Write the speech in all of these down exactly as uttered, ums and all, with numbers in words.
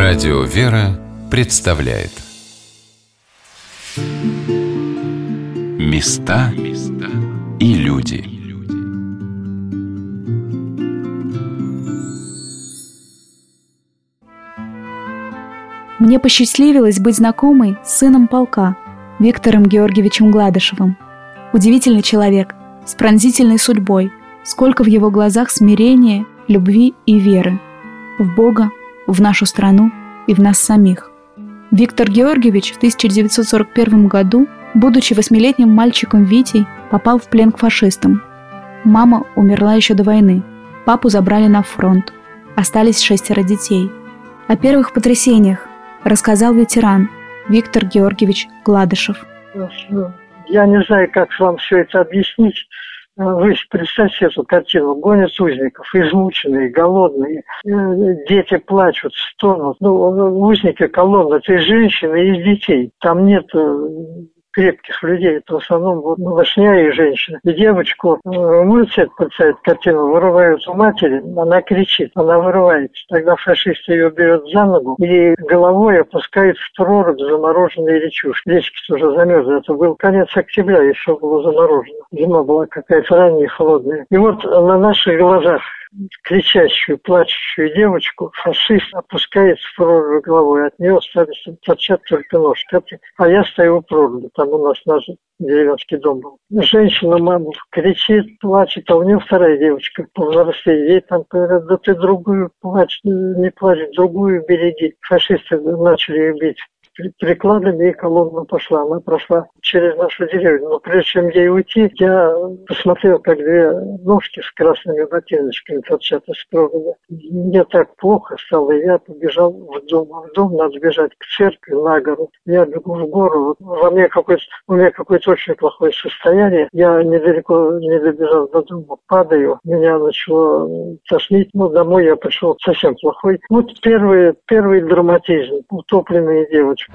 Радио «Вера» представляет Места и люди. Мне посчастливилось быть знакомой с сыном полка, Виктором Георгиевичем Гладышевым. Удивительный человек, с пронзительной судьбой, сколько в его глазах смирения, любви и веры. В Бога, в нашу страну и в нас самих. Виктор Георгиевич в тысяча девятьсот сорок первом году, будучи восьмилетним мальчиком Витей, попал в плен к фашистам. Мама умерла еще до войны, папу забрали на фронт. Остались шестеро детей. О первых потрясениях рассказал ветеран Виктор Георгиевич Гладышев. Я не знаю, как вам все это объяснить. Вы представьте эту картину. Гонят узников, измученные, голодные. Дети плачут, стонут. Ну, узники колонны, это и женщины, и детей. Там нет крепких людей, это в основном вот, малышня и женщина. И девочку, можете представить картину, вырывают у матери, она кричит, она вырывается. Тогда фашист ее берет за ногу и головой опускает в прорубь замороженной речушки. Речки тоже замерзли, это был конец октября, и все было заморожено. Зима была какая-то ранняя, холодная. И вот на наших глазах кричащую, плачущую девочку фашист опускает в прорубь головой. От нее остались торчат только ножки. А я стою у проруби. Там у нас наш деревенский дом был. Женщина, мама, кричит, плачет, а у нее вторая девочка повзрослее. Ей там говорят, да ты другую плачь, не плачь, другую береги. Фашисты начали ее бить. Прикладами, и колонна пошла. Она прошла через нашу деревню. Но прежде чем ей уйти, я посмотрел, как две ножки с красными ботиночками торчат из проруби. Мне так плохо стало, и я побежал в дом. В дом надо бежать к церкви, на гору. Я бегу в гору. Во мне какое-то, у меня какое-то очень плохое состояние. Я недалеко не добежал до дома, падаю. Меня начало тошнить. Ну, домой я пришел совсем плохой. Вот первый, первый драматизм. Утопленные девочки.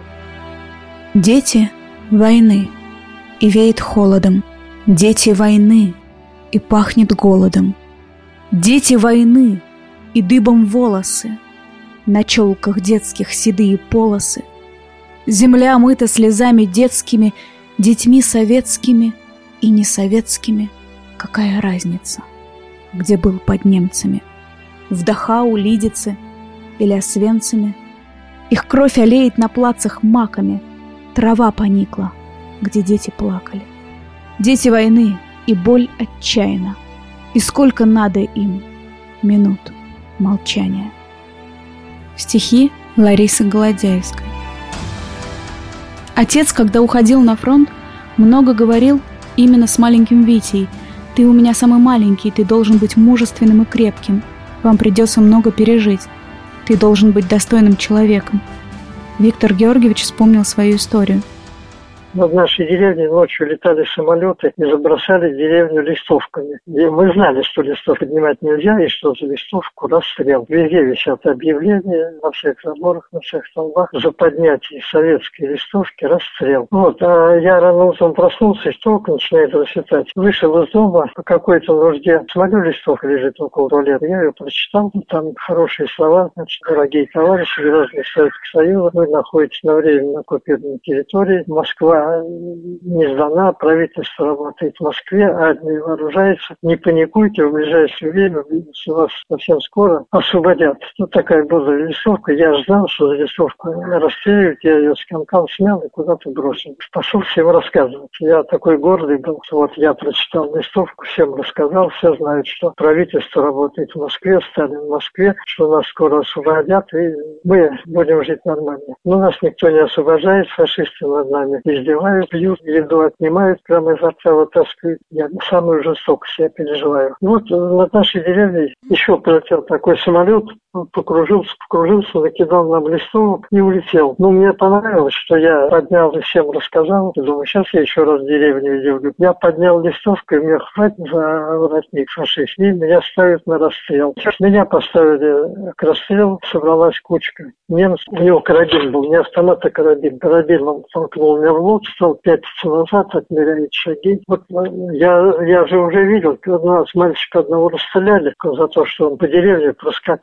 Дети войны, и веет холодом. Дети войны, и пахнет голодом. Дети войны, и дыбом волосы. На челках детских седые полосы. Земля омыта слезами детскими, детьми советскими и несоветскими. Какая разница, где был под немцами? В Дахау, Лидице или Освенциме? Их кровь олеет на плацах маками. Трава поникла, где дети плакали. Дети войны, и боль отчаянна. И сколько надо им минут молчания. Стихи Ларисы Голодяевской. Отец, когда уходил на фронт, много говорил именно с маленьким Витей. «Ты у меня самый маленький, ты должен быть мужественным и крепким. Вам придется много пережить. Ты должен быть достойным человеком». Виктор Георгиевич вспомнил свою историю. Над нашей деревней ночью летали самолеты и забросали деревню листовками. И мы знали, что листов поднимать нельзя, и что за листовку расстрел. Везде висят объявления, на всех заборах, на всех столбах. За поднятие советской листовки расстрел. Вот, а я рано утром проснулся, и только начинает расцветать. Вышел из дома по какой-то нужде. Смотрю, листовка лежит около туалета. Я ее прочитал, там хорошие слова. Значит, дорогие товарищи, граждане Советского Союза, вы находитесь на временно оккупированной территории. Москва не сдана, правительство работает в Москве, армия вооружается. Не паникуйте, в ближайшее время вас совсем скоро освободят. Ну, такая была листовка. Я ждал, что за листовку расстреливают. Я ее скомкал, смял и куда-то бросил. Пошел всем рассказывать. Я такой гордый был. Вот я прочитал листовку, всем рассказал. Все знают, что правительство работает в Москве, Сталин в Москве, что нас скоро освободят, и мы будем жить нормально. Но нас никто не освобождает, фашисты над нами издеваются. Пьют, еду отнимают, прямо изо рта вытаскивают. Я самую жестокость я переживаю. И вот над нашей деревней еще прилетел такой самолет, он покружился, покружился, накидал нам листовок и улетел. Ну, мне понравилось, что я поднял и всем рассказал. Я думаю, сейчас я еще раз деревню делаю. Я поднял листовку, и мне хватит за воротник фашист. И меня ставят на расстрел. Сейчас меня поставили к расстрелу, собралась кучка. Немец, у него карабин был, не автомат, а карабин. Карабин он толкнул меня в лоб, стал пятиться назад, отмеряет шаги. Вот я, я же уже видел, когда нас мальчика одного расстреляли за то, что он по деревне проскакал.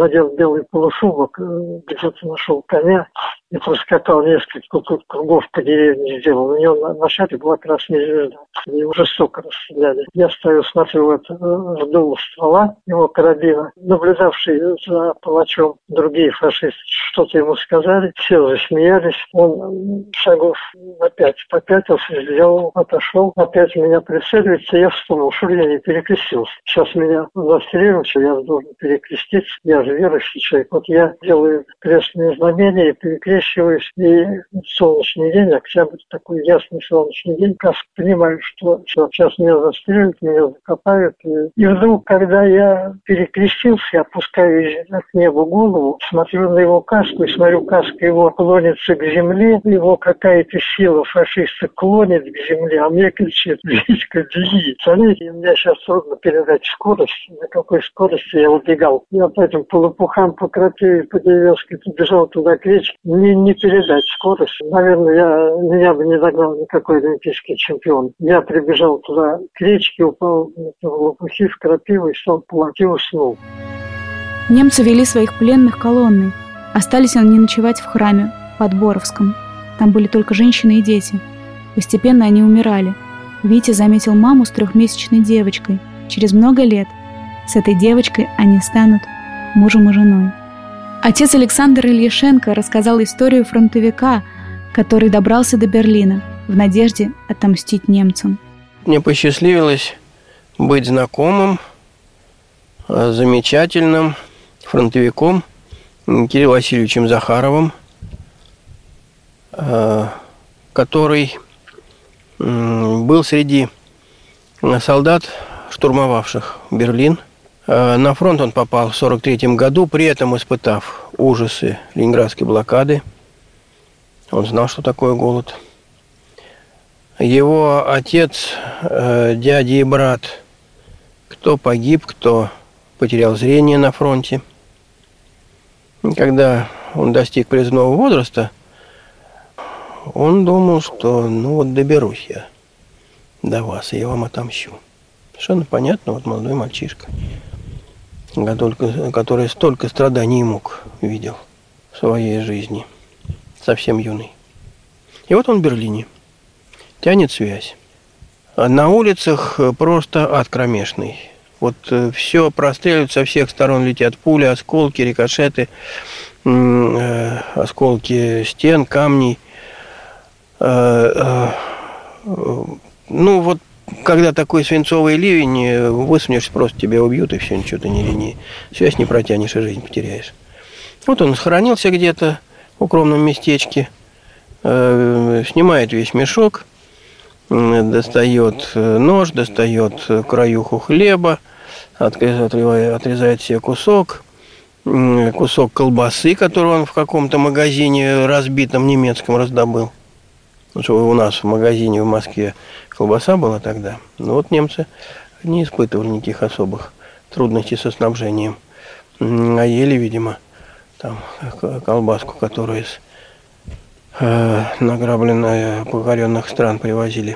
надел белый полушубок, где-то нашел коня и проскакал несколько кругов по деревне сделал. У него на, на шапке была красная звезда. Его жестоко расстреляли. Я стою, смотрю в это, в дуло ствола его карабина. Наблюдавшие за палачом другие фашисты что-то ему сказали. Все засмеялись. Он шагов на пять попятился, сделал, отошел. Опять меня прицеливается. Я вспомнил, что я не перекрестился. Сейчас меня застрелят, я должен перекреститься. Я же верующий человек. Вот я делаю крестные знамения и перекрещиваюсь. И солнечный день, октябрь, такой ясный солнечный день, как понимаю, что, что сейчас меня застрелят, меня закопают. И, и вдруг, когда я перекрестился, я опускаю к небу голову, смотрю на его каску и смотрю, каска его клонится к земле, его какая-то сила фашиста клонит к земле, а мне кричит: «Витька, беги!» Смотрите, мне сейчас трудно передать скорость, на какой скорости я убегал. Я по этим полупухам, по крапиве, по деревенской побежал туда к речке. Не, не передать скорость. Наверное, я, меня бы не догнал никакой олимпийский чемпион. Я прибежал туда к речке, упал в лопухи, в крапиву и стал плакать и уснул. Немцы вели своих пленных колонной. Остались они ночевать в храме под Боровском. Там были только женщины и дети. Постепенно они умирали. Витя заметил маму с трехмесячной девочкой. Через много лет с этой девочкой они станут мужем и женой. Отец Александр Ильяшенко рассказал историю фронтовика, который добрался до Берлина в надежде отомстить немцам. Мне посчастливилось быть знакомым, замечательным фронтовиком Кириллом Васильевичем Захаровым, который был среди солдат, штурмовавших Берлин. На фронт он попал в сорок третьем году, при этом испытав ужасы ленинградской блокады. Он знал, что такое голод. Его отец, дядя и брат, кто погиб, кто потерял зрение на фронте. И когда он достиг призывного возраста, он думал, что ну вот доберусь я до вас, и я вам отомщу. Совершенно понятно, вот молодой мальчишка, который столько страданий и мук видел в своей жизни, совсем юный. И вот он в Берлине, тянет связь. А на улицах просто ад кромешный. Вот все простреливают, со всех сторон летят пули, осколки, рикошеты, осколки стен, камней. Ну вот, когда такой свинцовый ливень, высунешься, просто тебя убьют, и все, ничего ты не линии. Связь не протянешь, и жизнь потеряешь. Вот он схоронился где-то в укромном местечке, снимает весь мешок, достает нож, достает краюху хлеба, отрезает себе кусок, кусок колбасы, который он в каком-то магазине разбитом немецком раздобыл. Потому что у нас в магазине в Москве колбаса была тогда. Но вот немцы не испытывали никаких особых трудностей со снабжением. А ели, видимо, там колбаску, которую из э, награбленных, покоренных стран привозили.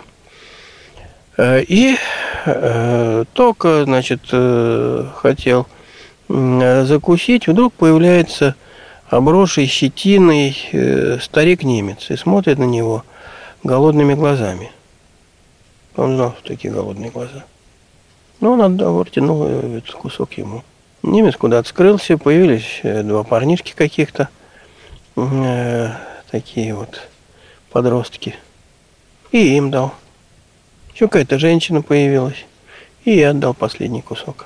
И э, только, значит, э, хотел э, закусить, вдруг появляется обросший щетиной э, старик-немец и смотрит на него голодными глазами. Он знал, что такие голодные глаза. Но он отдал, протянул этот кусок ему. Немец куда-то скрылся, появились два парнишки каких-то, э, такие вот подростки. И им дал. Еще какая-то женщина появилась, и я отдал последний кусок.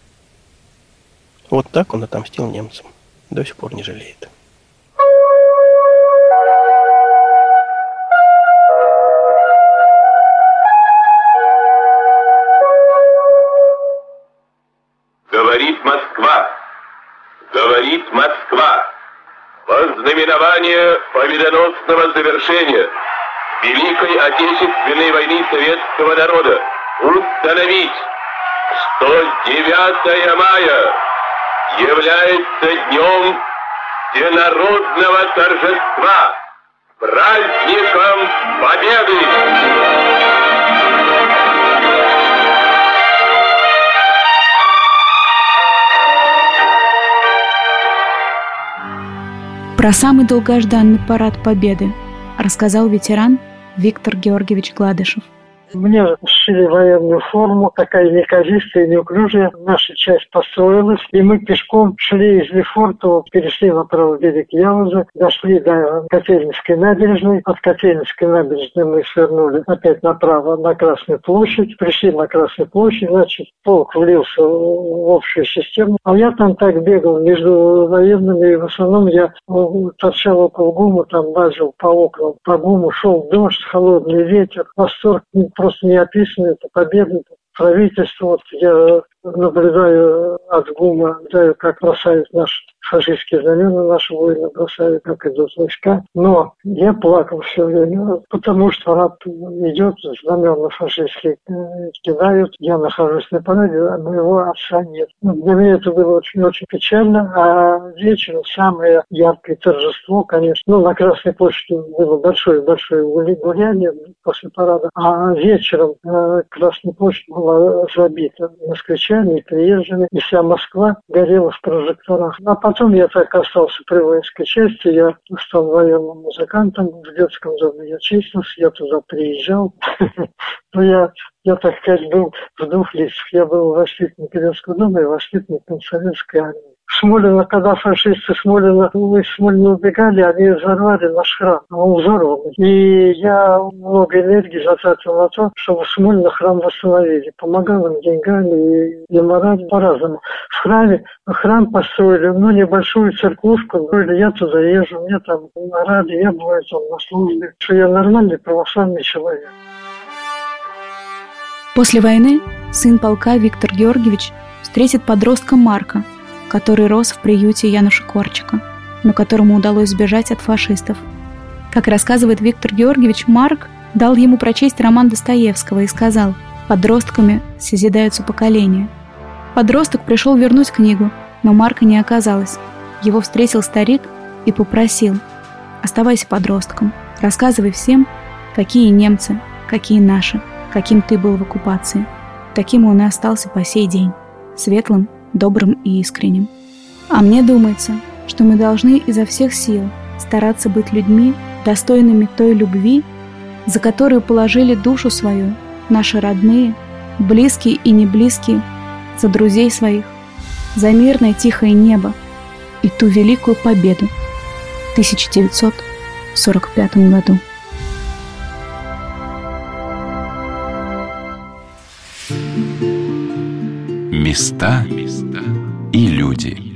Вот так он отомстил немцам. До сих пор не жалеет. Говорит Москва, говорит Москва, во знаменование победоносного завершения Великой Отечественной войны советского народа установить, что девятое мая является днем всенародного торжества, праздником Победы! Про самый долгожданный парад Победы рассказал ветеран Виктор Георгиевич Гладышев. Мне сшили военную форму, такая неказистая, неуклюжая. Наша часть построилась, и мы пешком шли из Лефортово, перешли на правый берег Яузы, дошли до Котельнической набережной. От Котельнической набережной мы свернули опять направо на Красную площадь. Пришли на Красную площадь, значит, полк влился в общую систему. А я там так бегал между военными, и в основном я торчал около ГУМа, там лазил по окнам. По ГУМу шел дождь, холодный ветер, восторг просто не описано, это победа, это правительство. Вот я наблюдаю от ГУМа, наблюдаю, как бросают наши фашистские знамена, наши воины бросают, как идут войска. Но я плакал все время, потому что парад идет, знамена фашистские кидают. Я нахожусь на параде, а моего отца нет. Для меня это было очень-очень печально. А вечером самое яркое торжество, конечно. Ну, на Красной площади было большое-большое гуляние после парада. А вечером э, Красная площадь была забита москвичами и приезжими. И вся Москва горела в прожекторах. А потом я так остался при воинской части. Я стал военным музыкантом. В детском доме я числился. Я туда приезжал. Но я, я, так сказать, был в двух лицах. Я был воспитанник детского дома и воспитанник советской армии. Смолино, когда фашисты Смолино, мы из Смолина убегали, они взорвали наш храм, а он взорванный. И я много энергии затратил на то, чтобы в Смолино храм восстановили. Помогал им деньгами и, и морально по-разному. В храме, храм построили, ну, небольшую церквушку. Я туда езжу, мне там рады, я бываю там на службе, что я нормальный православный человек. После войны сын полка Виктор Георгиевич встретит подростка Марка, который рос в приюте Януша Корчика, но которому удалось сбежать от фашистов. Как рассказывает Виктор Георгиевич, Марк дал ему прочесть роман Достоевского и сказал: «Подростками созидаются поколения». Подросток пришел вернуть книгу, но Марка не оказалось. Его встретил старик и попросил: «Оставайся подростком, рассказывай всем, какие немцы, какие наши, каким ты был в оккупации». Таким он и остался по сей день, светлым, добрым и искренним. А мне думается, что мы должны изо всех сил стараться быть людьми, достойными той любви, за которую положили душу свою наши родные, близкие и неблизкие, за друзей своих, за мирное тихое небо и ту великую победу в тысяча девятьсот сорок пятом году. Места и люди.